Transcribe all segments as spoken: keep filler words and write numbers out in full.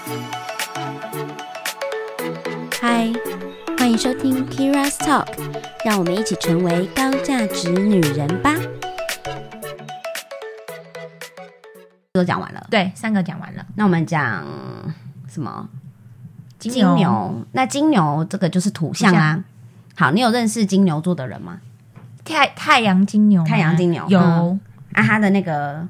嗨，欢迎收听 Kira's Talk， 让我们一起成为高价值女人吧。都讲完了， 对，三个讲完了。 那我们讲什么？ 金牛。 金牛，那金牛这个就是土象啊。好，你有认识金牛座的人吗？ 太太阳金牛吗？ 太阳金牛有、 嗯、啊，他的那个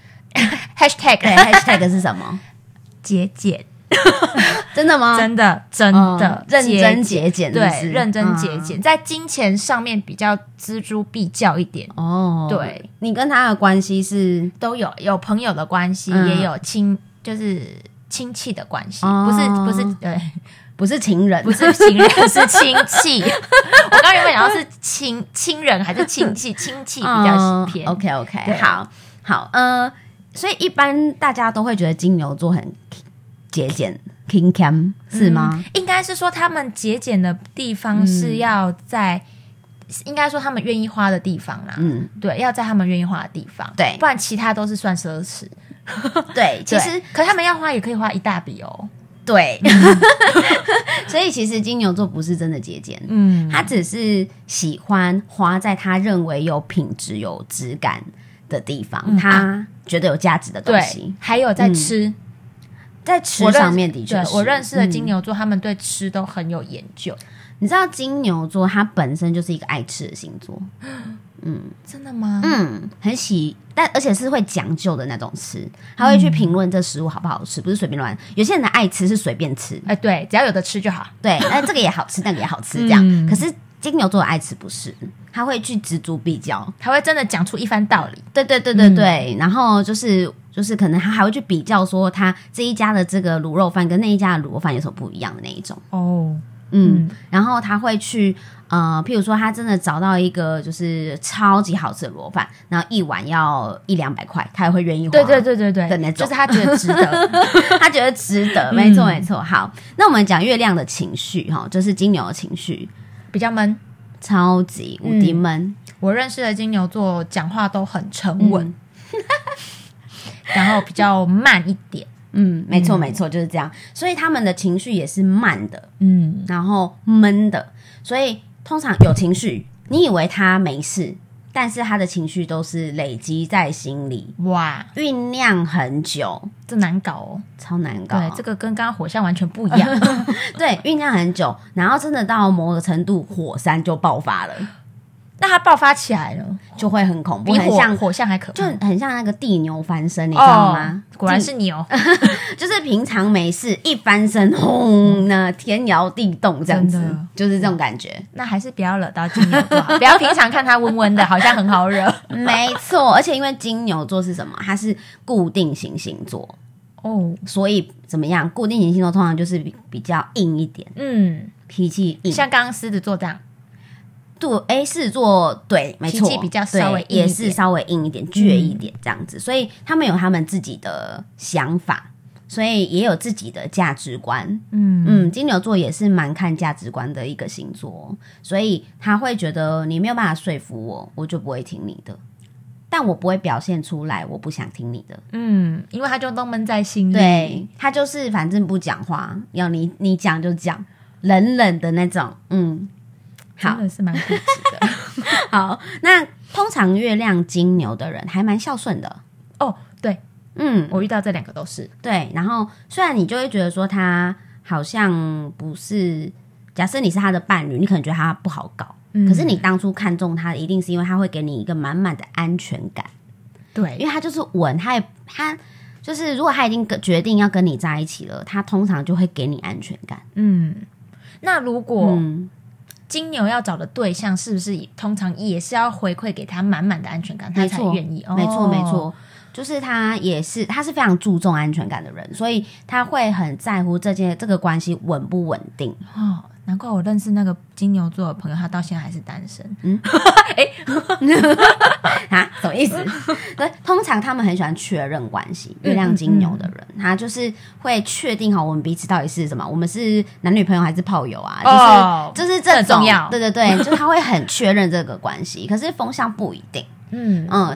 hashtag 对 hashtag 是什么？ 节俭。 真的吗？ 真的真的、 嗯、认真节俭， 对，认真节俭、嗯，在金钱上面比较锱铢必较一点。 哦， 对， 你跟他的关系是都有，有朋友的关系、嗯，也有亲，就是亲戚的关系、 哦， 不是不是对， 不是情人， 不是情人，是亲戚。我刚原本想说是亲亲人还是亲戚，亲戚比较偏。 哦、OK OK， 好好，呃，所以一般大家都会觉得金牛座很节俭。King Cam 是吗、嗯？ 应该是说他们节俭的地方是要在，嗯、应该说他们愿意花的地方啦。嗯，对，要在他们愿意花的地方， 对， 不然其他都是算奢侈。 对，其实可他们要花也可以花一大笔哦。 对，所以其实金牛座不是真的节俭，嗯，他只是喜欢花在他认为有品质、有质感的地方，嗯、他觉得有价值的东西， 对，还有在吃。嗯在吃上面的确是， 我认识的金牛座、嗯，他们对吃都很有研究。 你知道金牛座它本身就是一个爱吃的星座，嗯， 真的吗？ 嗯，很喜，但而且是会讲究的那种吃，他会去评论这食物好不好吃，不是随便乱。有些人的爱吃是随便吃， 哎、欸，对，只要有的吃就好。 对，那这个也好吃，那个也好吃，这样。嗯、可是金牛座的爱吃不是，他会去锱铢必较， 他会真的讲出一番道理。 对对对对对，嗯、然后就是。就是可能他还会去比较说他这一家的这个卤肉饭跟那一家的卤肉饭有什么不一样的那一种哦，嗯，嗯然后他会去呃，譬如说他真的找到一个就是超级好吃的卤肉饭，然后一碗要一两百块，他也会愿意花， 对对对对对的那种， 就是他觉得值得， 他觉得值得，没错没错。好，那我们讲月亮的情绪哈，就是金牛的情绪比较闷， 超级无敌闷、嗯。 我认识的金牛座讲话都很沉稳。嗯然后比较慢一点， 嗯，没错没错，就是这样。所以他们的情绪也是慢的，嗯，然后闷的。所以通常有情绪，你以为他没事，但是他的情绪都是累积在心里， 哇， 酝酿很久， 这难搞哦， 超难搞。 对，这个跟刚刚火象完全不一样。 对，酝酿很久，然后真的到某个程度，火山就爆发了。 那它爆发起来了，就会很恐怖， 比很像火象还可怕， 就很像那个地牛翻身，你知道吗？ 哦、果然是牛， 就是平常没事，一翻身，轰，那天摇地动这样子，就是这种感觉。 那还是不要惹到金牛座，不要平常看它温温的，好像很好惹。 没错，而且因为金牛座是什么？它是固定型星座哦，所以怎么样？固定型星座通常就是 比, 比较硬一点，嗯，脾气硬， 像刚刚狮子座这样。 对，哎，狮子座对，没错， 脾气比较稍微硬一点， 也是稍微硬一点、倔一点这样子、嗯，所以他们有他们自己的想法，所以也有自己的价值观。嗯嗯，金牛座也是蛮看价值观的一个星座，所以他会觉得你没有办法说服我，我就不会听你的，但我不会表现出来我不想听你的。 嗯，因为他就都闷在心里， 对，他就是反正不讲话，要你你讲就讲，冷冷的那种，嗯。 真的是蛮固执的。 好，那通常月亮金牛的人还蛮孝顺的哦。对，嗯，我遇到这两个都是对。然后虽然你就会觉得说他好像不是，假设你是他的伴侣，你可能觉得他不好搞，嗯、可是你当初看中他，一定是因为他会给你一个满满的安全感。 对， 因为他就是稳，他也他就是如果他已经决定要跟你在一起了，他通常就会给你安全感。 嗯，那如果、嗯金牛要找的对象是不是通常也是要回馈给他满满的安全感，他才愿意？ 没错，没错，就是他也是，他是非常注重安全感的人，所以他会很在乎这件这个关系稳不稳定。 哦，难怪我认识那个金牛座的朋友，他到现在还是单身。嗯， 哎，啊，什么意思？对，通常他们很喜欢确认关系，月亮金牛的人，嗯嗯嗯他就是会确定好我们彼此到底是什么，我们是男女朋友还是炮友啊？就是、哦、就是这种， 重要， 对对对，就他会很确认这个关系。可是风象不一定，嗯嗯，但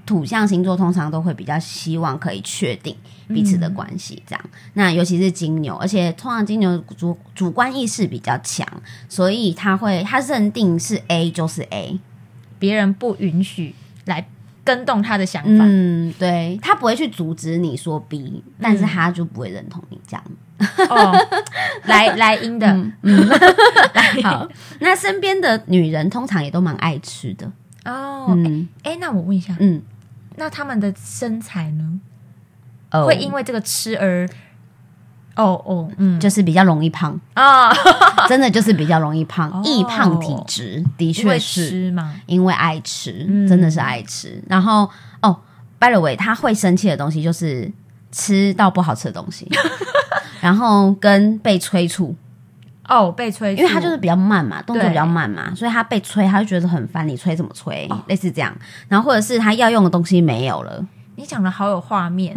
土象星座通常都会比较希望可以确定彼此的关系，这样、嗯。那尤其是金牛，而且通常金牛主主观意识比较强，所以他会他认定是 A 就是 A， 别人不允许来跟动他的想法。 嗯，对，他不会去阻止你说 B，、嗯、但是他就不会认同你这样。 哦，来来阴的，嗯， 嗯好。那身边的女人通常也都蛮爱吃的哦。哎、嗯欸欸，那我问一下，嗯，那他们的身材呢？哦、会因为这个吃而，哦哦，嗯， 就是比较容易胖啊，真的就是比较容易胖，易、哦、胖体质的确是， 因为吃吗？ 因为爱吃，嗯、真的是爱吃。然后哦 ，by the way， 他会生气的东西就是吃到不好吃的东西。然后跟被催促哦，被催促， 因为他就是比较慢嘛，动作比较慢嘛，所以他被催，他就觉得很烦。你催怎么催、哦？类似这样。然后或者是他要用的东西没有了， 你讲的好有画面。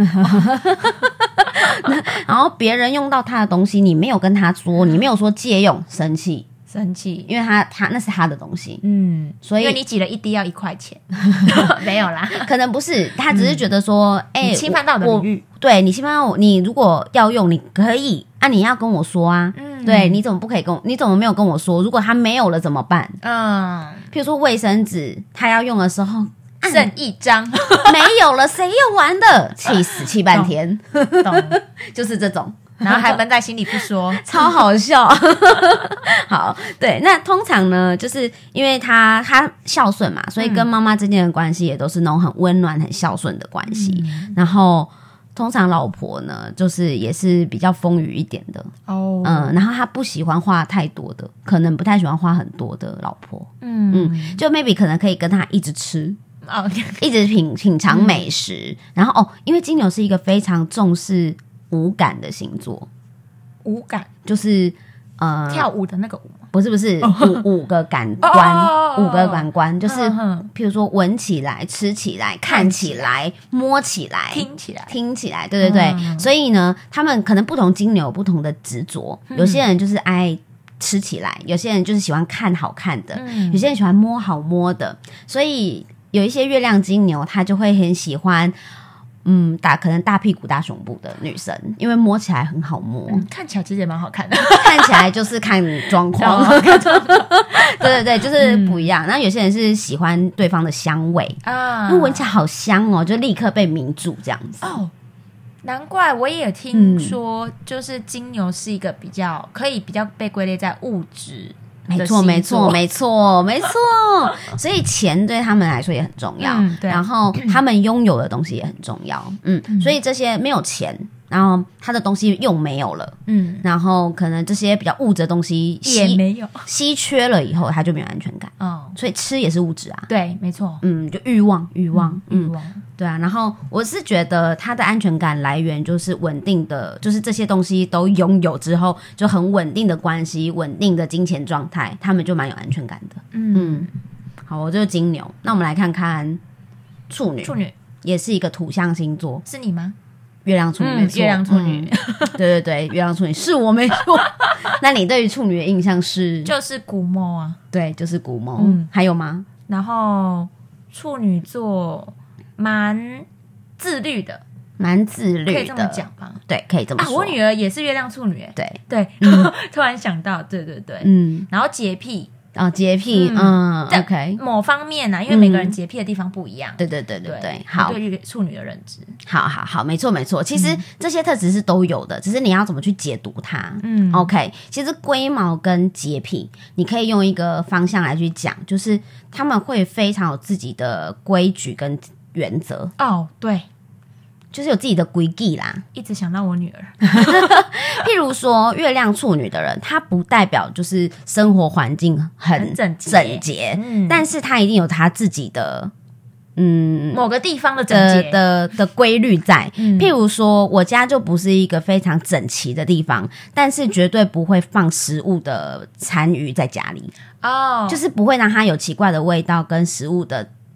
然后别人用到他的东西，你没有跟他说，你没有说借用，生气， 生气， 因为他他那是他的东西，嗯，所以因为你挤了一滴要一块钱，没有啦， 可能不是，他只是觉得说，哎、嗯欸， 侵犯到我的领域。 对，你侵犯到我，你如果要用，你可以啊，你要跟我说啊，嗯，对，你怎么不可以跟我？你怎么没有跟我说？如果他没有了怎么办？嗯，譬如说卫生纸，他要用的时候剩一张， 没有了，谁用完的？气死，气半天，懂，就是这种。 然后还闷在心里不说， 超好笑。好，对，那通常呢，就是因为他他孝顺嘛，所以跟妈妈之间的关系也都是那种很温暖、很孝顺的关系。嗯、然后通常老婆呢，就是也是比较风雨一点的哦，嗯，然后他不喜欢花太多的，可能不太喜欢花很多的老婆，嗯嗯，就 maybe 可能可以跟他一直吃。哦，一直品品尝美食，嗯、然后哦，因为金牛是一个非常重视五感的星座， 五感就是呃跳舞的那个舞吗？ 不是不是、哦、五五个感官，哦、五个感官就是，嗯、譬如说闻起来、吃起来、看起来、摸起来、 听起来、 听起来，对对对。嗯、所以呢，他们可能不同金牛有不同的执着，嗯、有些人就是爱吃起来，有些人就是喜欢看好看的，嗯、有些人喜欢摸好摸的，所以有一些月亮金牛，他就会很喜欢。嗯，大可能大屁股大胸部的女生，因为摸起来很好摸， 嗯、看起来其实也蛮好看的， 看起来就是看状况，对对对，就是不一样。然后有些人是喜欢对方的香味啊，因为闻起来好香哦，就立刻被迷住这样子。哦， 难怪我也有听说，就是金牛是一个比较可以比较被归类在物质。 没错，没错，没错，没错。所以钱对他们来说也很重要，嗯、然后他们拥有的东西也很重要。嗯，嗯所以这些没有钱，然后他的东西又没有了，嗯，然后可能这些比较物质的东西也没有稀缺了以后，他就没有安全感。哦，所以吃也是物质啊。 对，没错。 嗯，就欲望，欲望， 嗯、欲望。 对啊，然后我是觉得他的安全感来源就是稳定的，就是这些东西都拥有之后，就很稳定的关系、稳定的金钱状态，他们就蛮有安全感的。嗯，嗯好，我就是金牛。那我们来看看处女， 处女也是一个土象星座， 是你吗？ 月亮处女，嗯、 月亮处女、 嗯，对对对，月亮处女是我没错。那你对于处女的印象是？ 就是古摸啊， 对，就是古摸。嗯，还有吗？ 然后处女座。蛮自律的， 蛮自律的， 可以这么讲吧？ 对，可以这么说。 啊，我女儿也是月亮处女， 对对，嗯、突然想到，对对对，嗯，然后洁癖啊、哦，洁癖，嗯, 嗯 ，OK， 某方面呢、啊，因为每个人洁癖的地方不一样， 对对对对对， 对好， 对于处女的认知， 好好好，没错没错，其实这些特质是都有的，只是你要怎么去解读它，嗯 ，OK， 其实龟毛跟洁癖，你可以用一个方向来去讲，就是他们会非常有自己的规矩跟原则哦，对， 就是有自己的规矩啦。 一直想到我女儿， 譬如说月亮处女的人，他不代表就是生活环境很很整洁， 整洁嗯、但是他一定有他自己的嗯某个地方的整洁的的, 的规律在。嗯、譬如说，我家就不是一个非常整齐的地方，但是绝对不会放食物的残余在家里哦，就是不会让它有奇怪的味道跟食物的。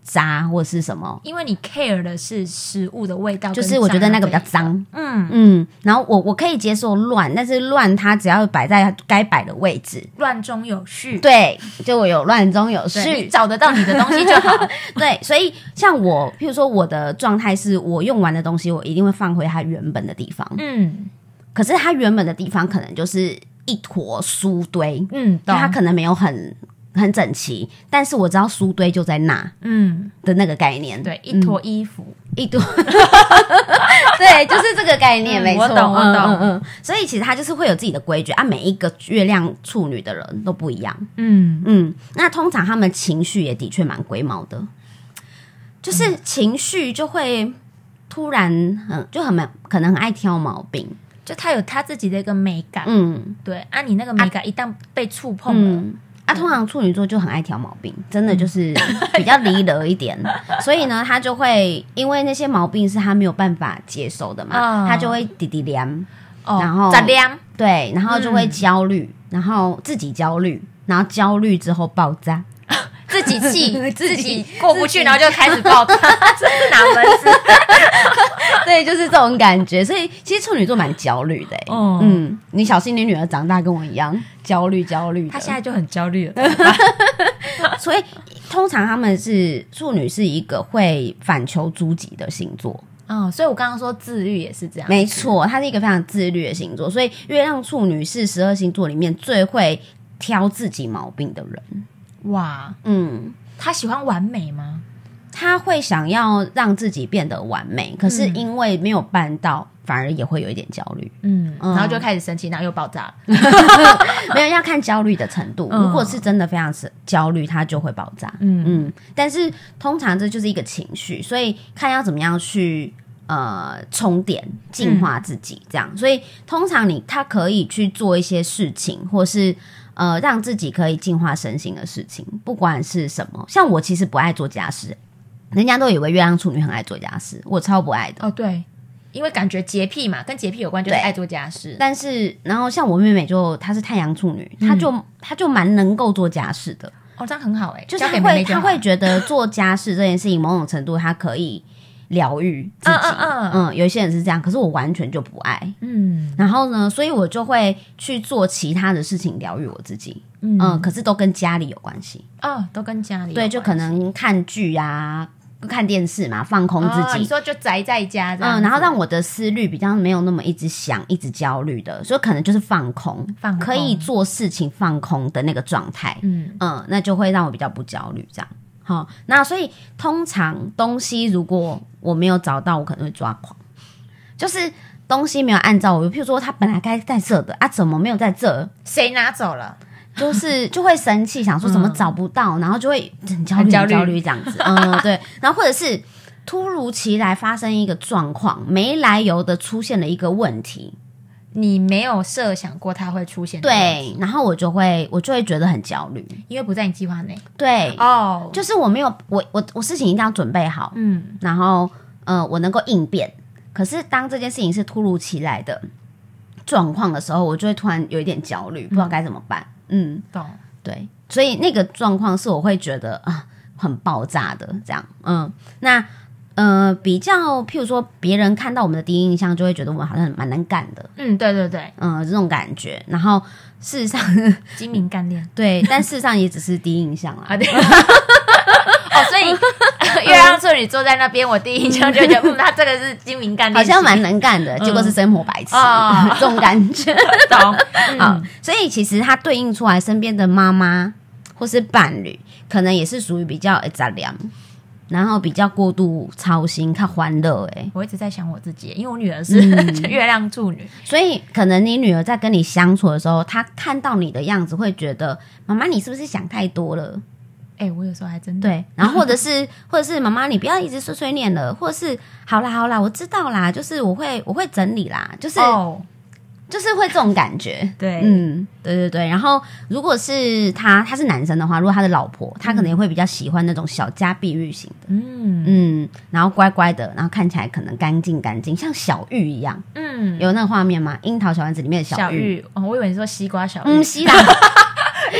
渣或是什么， 因为你 care 的是食物的味道， 就是我觉得那个比较脏。 嗯嗯，然后我我可以接受乱，但是乱它只要摆在该摆的位置， 乱中有序。 对，就我有乱中有序， 你找得到你的东西就好。 对，所以像我，譬如说我的状态是我用完的东西，我一定会放回它原本的地方。嗯，可是它原本的地方可能就是一坨书堆，嗯，它可能没有很。很整齐，但是我知道书堆就在那，嗯的那个概念， 对，一坨衣服， 嗯、一坨，对，就是这个概念，嗯、没错， 我懂，我懂， 嗯嗯，所以其实他就是会有自己的规矩啊，每一个月亮处女的人都不一样，嗯嗯，那通常他们情绪也的确蛮龟毛的，就是情绪就会突然，嗯，就很可能很爱挑毛病。 就他有他自己的一个美感，嗯，对啊，你那个美感一旦被触碰了。嗯啊，通常处女座就很爱挑毛病，真的就是比较离了一点，所以呢，他就会因为那些毛病是他没有办法接受的嘛，哦、他就会滴滴凉， 哦、 然后咋凉？ 对，然后就会焦虑，嗯、然后自己焦虑，然后焦虑之后爆炸， 自己气，自己过不去，然后就开始爆炸，这是哪门子？ 对，就是这种感觉。所以其实处女座蛮焦虑的、欸，哦、嗯，你小心你女儿长大跟我一样焦虑焦虑的， 她现在就很焦虑了。 所以通常他们是处女是一个会反求诸己的星座。 哦，所以我刚刚说自律也是这样， 没错，它是一个非常自律的星座。所以月亮处女是十二星座里面最会挑自己毛病的人。 哇，嗯，他喜欢完美吗？ 他会想要让自己变得完美，可是因为没有办到，反而也会有一点焦虑，嗯， 然后就开始生气，然后又爆炸了。 没有，要看焦虑的程度。如果是真的非常焦虑，他就会爆炸。嗯嗯，但是通常这就是一个情绪，所以看要怎么样去呃充电、净化自己，这样。所以通常你他可以去做一些事情，或是。呃，让自己可以净化身心的事情，不管是什么。像我其实不爱做家事，人家都以为月亮处女很爱做家事，我超不爱的。 哦，对，因为感觉洁癖嘛，跟洁癖有关，就是爱做家事。 但是，然后像我妹妹就她是太阳处女，嗯、她就她就蛮能够做家事的。 哦，这样很好哎、欸， 就是她会她会觉得做家事这件事情，某种程度她可以。疗愈自己，嗯嗯嗯，有一些人是这样，可是我完全就不爱，嗯，然后呢，所以我就会去做其他的事情疗愈我自己，嗯, 嗯，可是都跟家里有关系， 哦，都跟家里有关系， 对，就可能看剧啊，看电视嘛，放空自己，哦、 你说就宅在家这样， 嗯，然后让我的思虑比较没有那么一直想、一直焦虑的，所以可能就是放空，放空可以做事情放空的那个状态，嗯嗯，那就会让我比较不焦虑，这样。好，那所以通常东西如果我没有找到，我可能会抓狂，就是东西没有按照我，譬如说它本来该在这的啊，怎么没有在这？ 谁拿走了？ 就是就会生气，想说怎么找不到，嗯、然后就会很焦虑、焦虑这样子。嗯，对。然后或者是突如其来发生一个状况，没来由的出现了一个问题。 你没有设想过它会出现， 对，然后我就会我就会觉得很焦虑， 因为不在你计划内。 对，哦， oh. 就是我没有我我我事情一定要准备好，嗯，然后呃我能够应变。可是当这件事情是突如其来的状况的时候，我就会突然有一点焦虑，嗯、不知道该怎么办。嗯， 懂， 对，所以那个状况是我会觉得啊很爆炸的这样，嗯，那。呃，比较，譬如说，别人看到我们的第一印象，就会觉得我们好像蛮能干的。 嗯，对对对， 嗯、呃，这种感觉。然后事实上， 精明干练， 对，但事实上也只是第一印象啦。啊，对。 哦，所以月亮处女坐在那边，我第一印象就觉得，嗯，他这个是精明干练， 好像蛮能干的，结果是生活白痴，嗯、这种感觉。 懂。 嗯、好，所以其实它对应出来身边的妈妈或是伴侣，可能也是属于比较杂粮。然后比较过度操心，看欢乐哎， 我一直在想我自己，因为我女儿是、嗯、月亮处女， 所以可能你女儿在跟你相处的时候，她看到你的样子，会觉得妈妈你是不是想太多了？ 哎、欸，我有时候还真的对，然后或者是或者是妈妈你不要一直碎碎念了，或者是好啦好啦，我知道啦，就是我会我会整理啦，就是。Oh.就是会这种感觉， 对， 嗯，对对对。然后，如果是他，他是男生的话，如果他的老婆，他可能也会比较喜欢那种小家碧玉型的，嗯嗯，然后乖乖的，然后看起来可能干净干净，像小玉一样，嗯，有那个画面吗？樱桃小丸子里面的小玉， 小玉哦，我以为你说西瓜小玉， 嗯，西啦，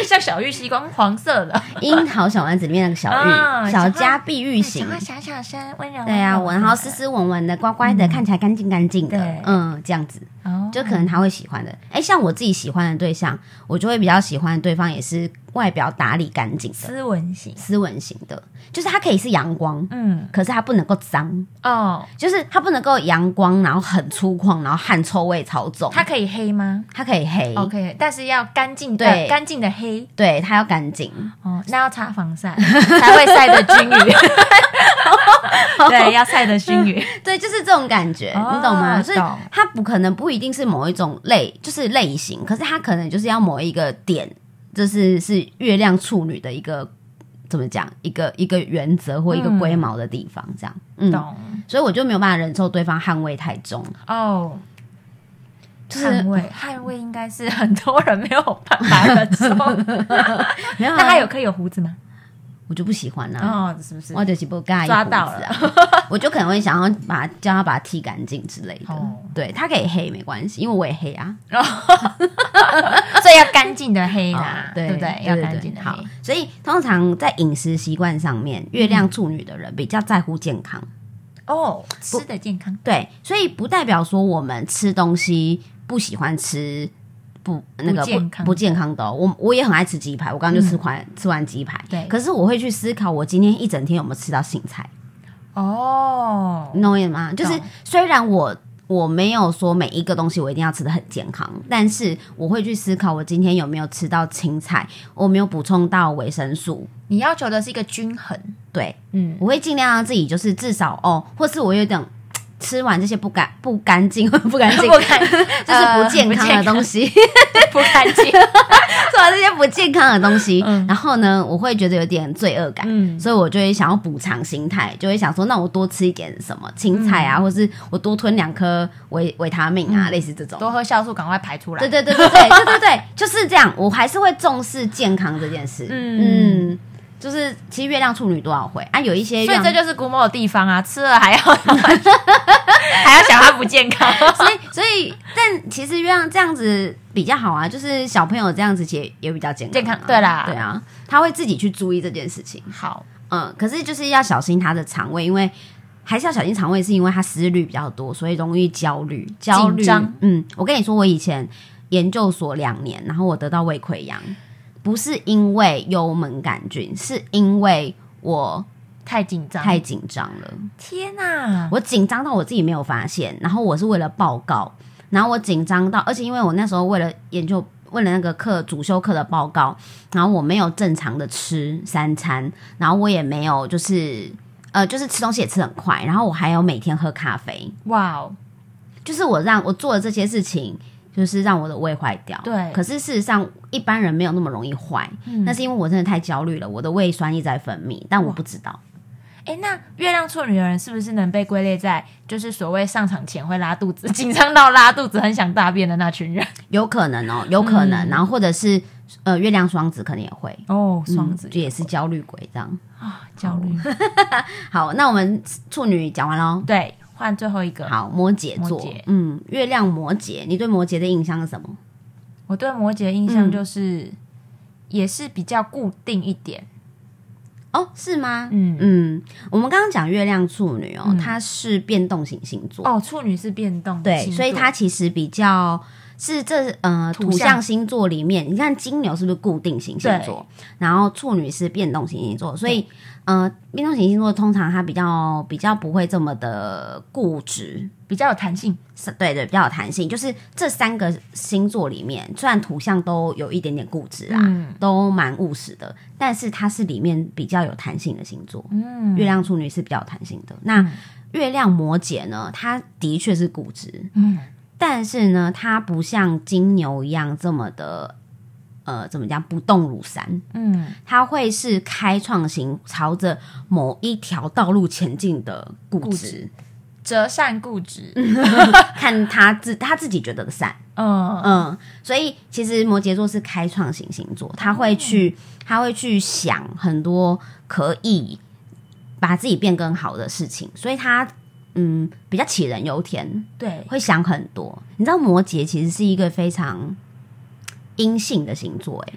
像小玉吸光黄色的樱桃小丸子里面那个小玉、哦、小家碧玉型， 小小声温柔， 对啊，我然后斯斯文文的乖乖的、嗯、看起来干净干净的，嗯，这样子、哦、就可能他会喜欢的。哎，像我自己喜欢的对象，我就会比较喜欢的对方也是外表打理干净的， 斯文型斯文型的，就是他可以是阳光，嗯，可是他不能够脏哦，就是他不能够阳光然后很粗犷，然后汗臭味超重。 他可以黑吗？ 他可以黑 OK， 但是要干净的，对，干净的黑， 对，他要干净哦，那要擦防晒才会晒得均匀对，要晒得均匀对，就是这种感觉、哦、你懂吗？所以他不可能不一定是某一种类，就是类型，可是他可能就是要某一个点，就是是月亮处女的一个怎么讲，一个一个原则或一个龟毛的地方，这样，嗯，懂。所以我就没有办法忍受对方汗味太重哦。 就是汗味，汗味应该是很多人没有办法忍受。没有、啊，那他有可以有胡子吗？ 我就不喜欢啦、啊， 哦，是不是？ 我就是不介意抓到了， 我就可能会想要把他叫他把它剃干净之类的。哦、对，他可以黑没关系，因为我也黑啊， 所以要干净的黑啦，哦、对, 对不对？要干净的黑。 好，所以通常在饮食习惯上面，月亮处女的人比较在乎健康。 哦，吃的健康， 对，所以不代表说我们吃东西不喜欢吃。不，那个 不, 不, 健康不健康的、哦，我我也很爱吃鸡排，我刚刚就吃完、嗯、吃完鸡排，对。可是我会去思考，我今天一整天有没有吃到青菜？哦，你懂我意思吗？就是虽然我我没有说每一个东西我一定要吃得很健康，但是我会去思考，我今天有没有吃到青菜，我没有补充到维生素。 你要求的是一个均衡， 对，嗯，我会尽量让自己就是至少哦，或是我有点。吃完这些不干不干净不干净，不干就是不健康的东西， 呃、不干净。 吃完这些不健康的东西，嗯、然后呢，我会觉得有点罪恶感，嗯、所以我就会想要补偿心态，就会想说，那我多吃一点什么青菜啊，嗯、或是我多吞两颗维维他命啊，嗯、类似这种， 多喝酵素，赶快排出来。 对对对对对对对对，就是这样。我还是会重视健康这件事，嗯。嗯就是其实月亮处女多少会啊，有一些， 所以这就是估摸的地方啊，吃了还要还要想它不健康， 所以所以但其实月亮这样子比较好啊，就是小朋友这样子其实也比较健康、啊， 健康对啦， 对啊，他会自己去注意这件事情。 好， 嗯，可是就是要小心他的肠胃，因为还是要小心肠胃，是因为他思虑比较多，所以容易焦虑、焦虑。嗯，我跟你说，我以前研究所两年，然后我得到胃溃疡。不是因为幽门杆菌，是因为我太紧张， 太紧张了。 天哪！ 我紧张到我自己没有发现，然后我是为了报告，然后我紧张到，而且因为我那时候为了研究，为了那个课主修课的报告，然后我没有正常的吃三餐，然后我也没有就是呃，就是吃东西也吃很快，然后我还有每天喝咖啡。哇哦！就是我让我做了这些事情。就是让我的胃坏掉，对。可是事实上，一般人没有那么容易坏，嗯、那是因为我真的太焦虑了，我的胃酸一直在分泌，但我不知道。 哎，那月亮处女的人是不是能被归类在就是所谓上场前会拉肚子、紧张到拉肚子、很想大便的那群人？ 有可能哦，有可能。嗯、然后或者是呃，月亮双子可能也会哦，双子、 嗯、也是焦虑鬼这样啊，焦虑。 好，那我们处女讲完喽， 对。换最后一个， 好，摩羯座，羯嗯，月亮摩羯，你对摩羯的印象是什么？ 我对摩羯的印象就是，嗯、也是比较固定一点。 哦，是吗？嗯嗯，我们刚刚讲月亮处女哦，嗯、它是变动型星座哦，处女是变动， 对，所以它其实比较。是这呃土象星座里面，你看金牛是不是固定型星座？然后处女是变动型星座，所以呃变动型星座通常它比较比较不会这么的固执， 比较有弹性。 对对，比较有弹性。就是这三个星座里面，虽然土象都有一点点固执啦，嗯、都蛮务实的，但是它是里面比较有弹性的星座。嗯，月亮处女是比较有弹性的。那、嗯、月亮摩羯呢？它的确是固执。嗯。但是呢，它不像金牛一样这么的，呃，怎么讲，不动如山。嗯，它会是开创型，朝着某一条道路前进的固执，固执择善固执， 看他自他自己觉得的善。嗯嗯，所以其实摩羯座是开创型星座，他会去，他会去想很多可以把自己变更好的事情，所以他。嗯，比较杞人忧天， 对， 会想很多。你知道摩羯其实是一个非常阴性的星座，哎，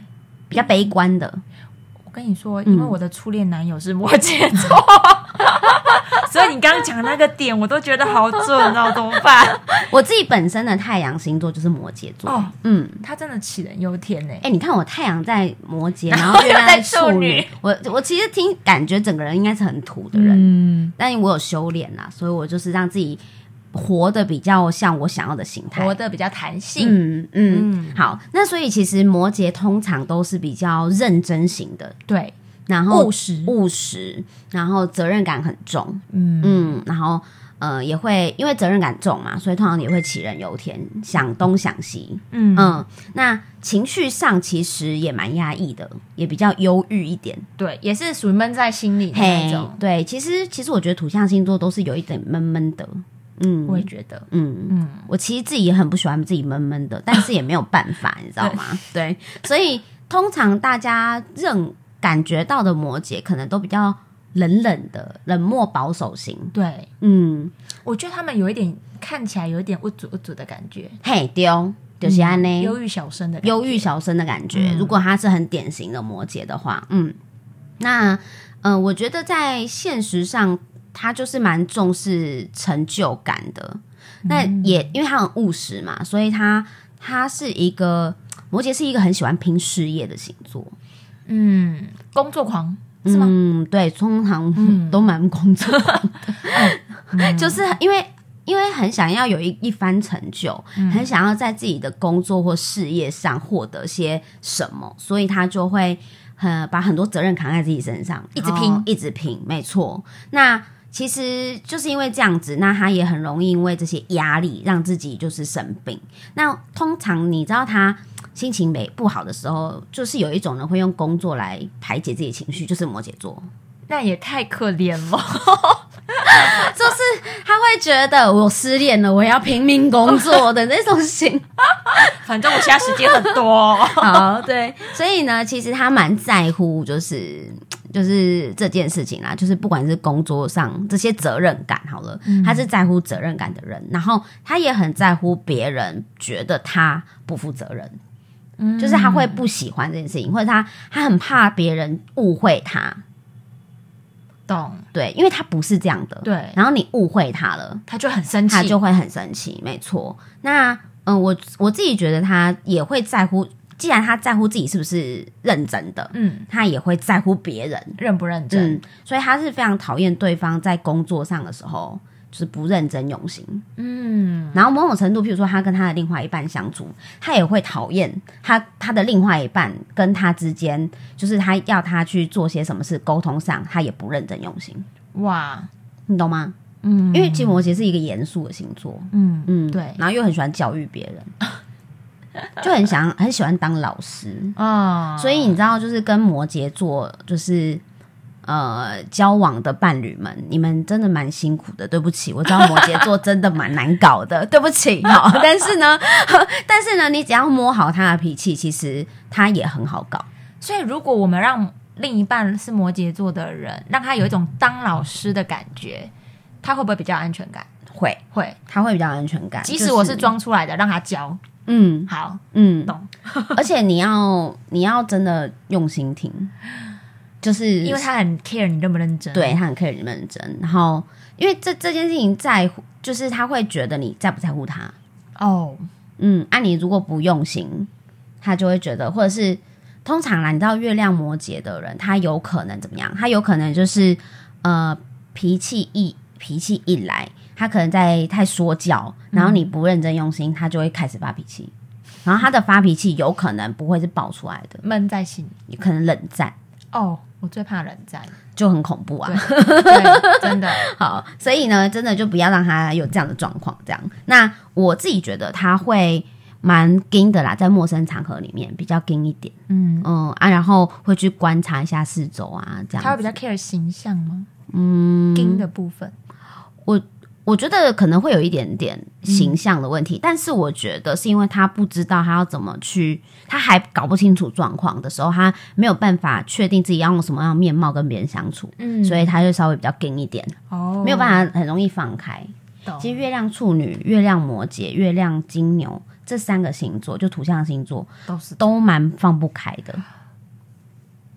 比较悲观的。 我跟你说，因为我的初恋男友是摩羯座。所以你刚刚讲那个点我都觉得好准哦，怎么办？ 我自己本身的太阳星座就是摩羯座。哦，嗯， 他真的杞人忧天呢。 哎、欸，你看我太阳在摩羯，然后月亮在处女，我我其实听感觉整个人应该是很土的人，嗯，但我有修炼啦，所以我就是让自己活得比较像我想要的形态， 活得比较弹性。 嗯 嗯, 嗯，好，那所以其实摩羯通常都是比较认真型的， 对。 然后务实务实，然后责任感很重，嗯嗯，然后呃也会因为责任感重嘛，所以通常也会杞人忧天，想东想西，嗯嗯，那情绪上其实也蛮压抑的，也比较忧郁一点， 对，也是属于闷在心里的那种。 对，其实其实我觉得土象星座都是有一点闷闷的，嗯， 我也觉得， 嗯嗯，我其实自己也很不喜欢自己闷闷的，但是也没有办法，你知道吗？对，所以通常大家认。感觉到的摩羯可能都比较冷冷的、冷漠保守型。 对， 嗯， 我觉得他们有一点看起来有一点无助无助的感觉。 嘿，丢就是安呢， 忧郁小生的忧郁小生的感觉。嗯、如果他是很典型的摩羯的话，嗯，那嗯、呃，我觉得在现实上，他就是蛮重视成就感的。嗯、那也因为他很务实嘛，所以他他是一个摩羯，是一个很喜欢拼事业的星座。 嗯，工作狂是吗？ 嗯，对，通常都蛮工作狂的，嗯、就是因为因为很想要有一一番成就，嗯、很想要在自己的工作或事业上获得些什么，所以他就会很把很多责任扛在自己身上， 一直拼， 一直拼，没错。那其实就是因为这样子，那他也很容易因为这些压力让自己就是生病。那通常你知道他心情没不好的时候，就是有一种人会用工作来排解自己的情绪，就是摩羯座。 那也太可怜了， 就是他会觉得我失恋了，我要拼命工作的那种心。 反正我现在时间很多， 好，对，所以呢，其实他蛮在乎，就是就是这件事情啦，就是不管是工作上这些责任感，好了，嗯、他是在乎责任感的人，然后他也很在乎别人觉得他不负责任。嗯、就是他会不喜欢这件事情，或者他他很怕别人误会他， 懂？ 对，因为他不是这样的， 对。 然后你误会他了， 他就很生气， 他就会很生气，没错。那嗯，我我自己觉得他也会在乎，既然他在乎自己是不是认真的，嗯，他也会在乎别人认不认真， 嗯，所以他是非常讨厌对方在工作上的时候。就是不认真用心，嗯，然后某种程度，譬如说他跟他的另外一半相处，他也会讨厌他他的另外一半跟他之间，就是他要他去做些什么事，沟通上他也不认真用心。哇，你懂吗？嗯，因为其实摩羯是一个严肃的星座，嗯嗯，对，然后又很喜欢教育别人，就很想很喜欢当老师啊，所以你知道，就是跟摩羯座就是。呃，交往的伴侣们，你们真的蛮辛苦的。对不起，我知道摩羯座真的蛮难搞的，对不起。好，但是呢，但是呢，你只要摸好他的脾气，其实他也很好搞。 所以，如果我们让另一半是摩羯座的人，让他有一种当老师的感觉，他会不会比较安全感？ 会， 会， 他会比较安全感。 即使我是装出来的，让他教。嗯，好， 嗯， 懂。 而且你要，你要真的用心听。就是因为他很 care 你认不认真， 对，他很 care 你认不认真，然后因为这这件事情在乎，就是他会觉得你在不在乎他哦，嗯，啊，你如果不用心，他就会觉得，或者是通常啦，你知道月亮摩羯的人，他有可能怎么样？他有可能就是呃脾气一脾气一来，他可能在太说教，然后你不认真用心，他就会开始发脾气，然后他的发脾气有可能不会是爆出来的， 闷在心里， 可能冷战哦。我最怕冷战， 就很恐怖啊！ 对，对真的好，所以呢，真的就不要让他有这样的状况。这样，那我自己觉得他会蛮硬的啦，在陌生场合里面比较硬一点，嗯嗯啊，然后会去观察一下四周啊，这样他会比较 care 形象吗？嗯，硬的部分， 我。我觉得可能会有一点点形象的问题，嗯、但是我觉得是因为他不知道他要怎么去，他还搞不清楚状况的时候，他没有办法确定自己要用什么样的面貌跟别人相处，嗯，所以他就稍微比较硬一点，哦，没有办法很容易放开。其实月亮处女、月亮摩羯、月亮金牛这三个星座，就土象星座， 都是都蛮放不开的。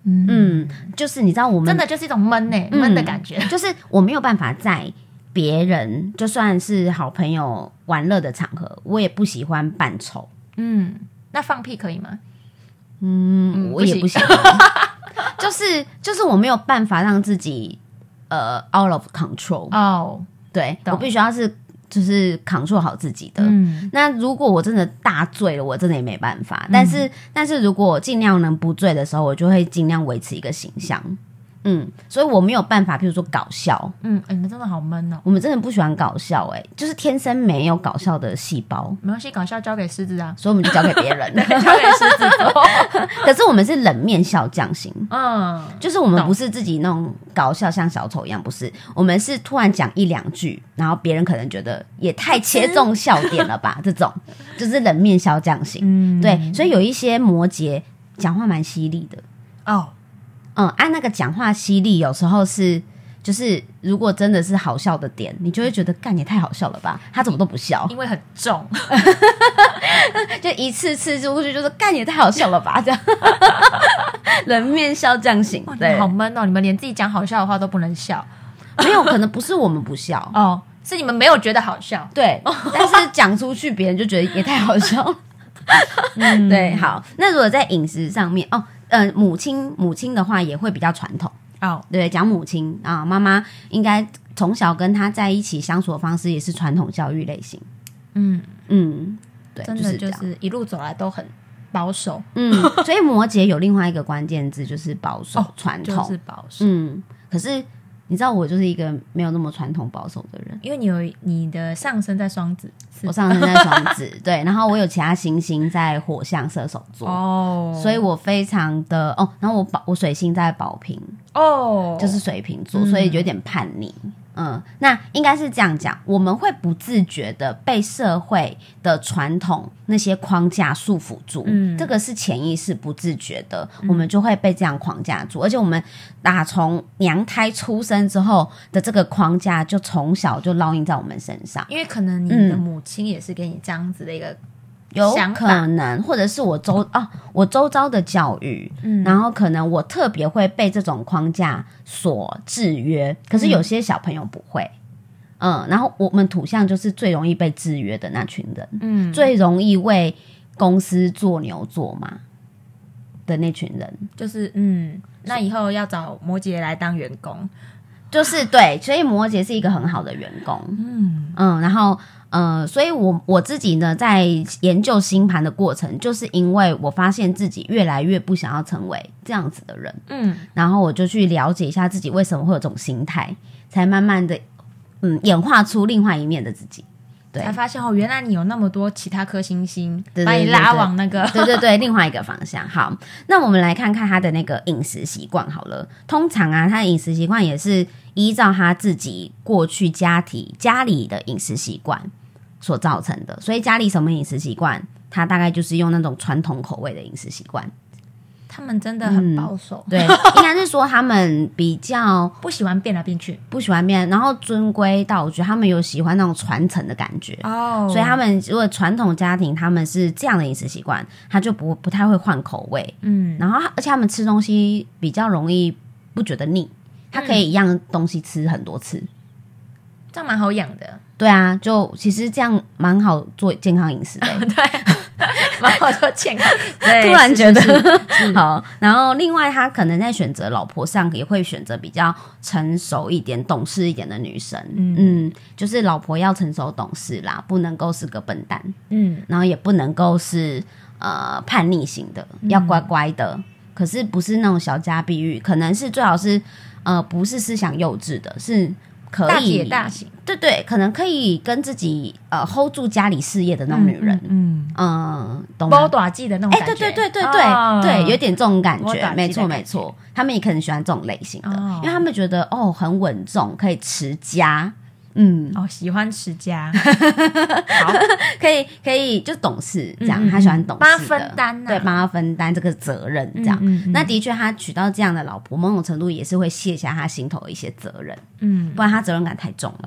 嗯, 嗯就是你知道我们真的就是一种闷呢、欸，闷、嗯、的感觉， 就是我没有办法在别人就算是好朋友玩乐的场合，我也不喜欢扮丑。 嗯，那放屁可以吗？ 嗯，我也不喜欢，就是就是我没有办法让自己呃 out of control 哦， 对我必须要是就是 control 好自己的。嗯，那如果我真的大醉了，我真的也没办法。但是、嗯、但是如果我尽量能不醉的时候，我就会尽量维持一个形象。嗯，所以我没有办法，譬如说搞笑。 嗯，欸、你们真的好闷哦。 我们真的不喜欢搞笑、欸，哎，就是天生没有搞笑的细胞。 没关系，搞笑交给狮子啊， 所以我们就交给别人， 交给狮子做。 可是我们是冷面笑匠型，嗯，就是我们不是自己那种搞笑像小丑一样，不是，我们是突然讲一两句，然后别人可能觉得也太切中笑点了吧，这种就是冷面笑匠型。嗯，对，所以有一些摩羯讲话蛮犀利的哦。嗯，按、啊、那个讲话犀利，有时候是就是如果真的是好笑的点，你就会觉得干也太好笑了吧，他怎么都不笑， 因为很重， 就一次次出去就是干也太好笑了吧，这样人面笑匠型，对， 好闷哦，你们连自己讲好笑的话都不能笑， 没有，可能不是我们不笑哦，是你们没有觉得好笑， 对，但是讲出去别人就觉得也太好笑了。嗯，对，好，那如果在饮食上面哦。呃，母亲母亲的话也会比较传统哦， oh. 对，讲母亲啊，妈妈应该从小跟她在一起相处的方式也是传统教育类型，嗯嗯，对， 真的就是一路走来都很保守， 嗯，所以摩羯有另外一个关键字就是保守传、oh, 统， 就是保守， 嗯，可是你知道我就是一个没有那么传统保守的人， 因为你有你的上升在双子， 我上升在双子，对，然后我有其他行星在火象射手座哦，所以我非常的哦，然后我宝我水星在宝瓶哦，就是水瓶座，所以有点叛逆。嗯，那应该是这样讲，我们会不自觉的被社会的传统那些框架束缚住，嗯，这个是潜意识不自觉的，嗯，我们就会被这样框架住，而且我们打从娘胎出生之后的这个框架就从小就烙印在我们身上， 因为可能你的母亲也是给你这样子的一个有可能，或者是我周啊，我周遭的教育，嗯，然后可能我特别会被这种框架所制约，可是有些小朋友不会，嗯，嗯然后我们土象就是最容易被制约的那群人，嗯，最容易为公司做牛做马的那群人， 就是嗯，那以后要找摩羯来当员工， 就是对，所以摩羯是一个很好的员工，嗯嗯，然后。呃，所以我我自己呢，在研究星盘的过程，就是因为我发现自己越来越不想要成为这样子的人，嗯，然后我就去了解一下自己为什么会有这种心态，才慢慢的，嗯，演化出另外一面的自己，对， 才发现哦，原来你有那么多其他颗星星，对对对对把你拉往那个， 对对对，另外一个方向。好，那我们来看看他的那个饮食习惯好了。通常啊，他的饮食习惯也是依照他自己过去家庭家里的饮食习惯所造成的，所以家里什么饮食习惯，他大概就是用那种传统口味的饮食习惯。 他们真的很保守， 嗯、对，应该是说他们比较不喜欢变来变去， 不喜欢变，然后遵规到，我觉得他们有喜欢那种传承的感觉哦，所以他们如果传统家庭他们是这样的饮食习惯，他就不不太会换口味，嗯，然后而且他们吃东西比较容易不觉得腻，他可以一样东西吃很多次，嗯、 这样蛮好养的。 对啊，就其实这样蛮好做健康饮食的， 对，蛮好做健康。对， 突然觉得是是是好。然后另外，他可能在选择老婆上也会选择比较成熟一点、懂事一点的女生。嗯, 嗯就是老婆要成熟懂事啦，不能够是个笨蛋。嗯，然后也不能够是呃叛逆型的，要乖乖的。嗯、可是不是那种小家碧玉，可能是最好是呃不是思想幼稚的，是。可以大姐大型， 对对，可能可以跟自己呃 hold 住家里事业的那种女人，嗯嗯，嗯懂吗？ 包短季的那种感觉， 哎、欸，对对对对对、哦、对，有点这种感觉，没错没错，他们也可能喜欢这种类型的，哦、因为他们觉得哦很稳重，可以持家。嗯， 哦，喜欢持家， 好，可以可以，就懂事这样，嗯嗯他喜欢懂事的， 帮他分担、啊， 对，帮他分担这个责任这样。嗯嗯嗯那的确，他娶到这样的老婆，某种程度也是会卸下他心头的一些责任，嗯，不然他责任感太重了。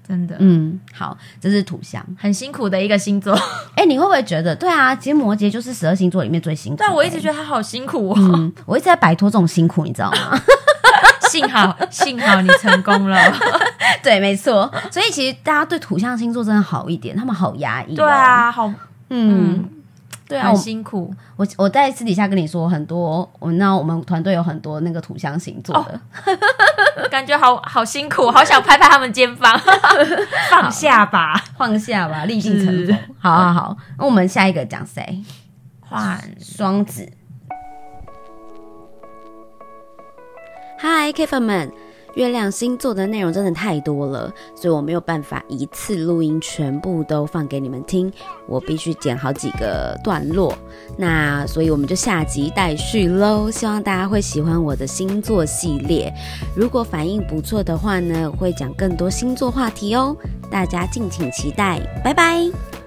真的， 嗯，好，这是土象， 很辛苦的一个星座。 哎、欸，你会不会觉得？对啊，其实摩羯就是十二星座里面最辛苦的、欸。 对，我一直觉得他好辛苦哦。 嗯，我一直在摆脱这种辛苦，你知道吗？ 幸好，幸好你成功了。 对，没错。所以其实大家对土象星座真的好一点，他们好压抑、哦。 对啊，好， 嗯。嗯对啊， 很辛苦。 我我在私底下跟你说很多，我那我们团队有很多那个土象星座的， 哦、感觉好好辛苦，好想拍拍他们肩膀，放下吧， 放下吧，历尽尘封。好好好，那我们下一个讲谁？ 换双子。嗨 ，K 粉们。月亮星座的内容真的太多了，所以我没有办法一次录音全部都放给你们听，我必须剪好几个段落。那所以我们就下集待续咯，希望大家会喜欢我的星座系列。如果反应不错的话呢，会讲更多星座话题哦，大家敬请期待，拜拜。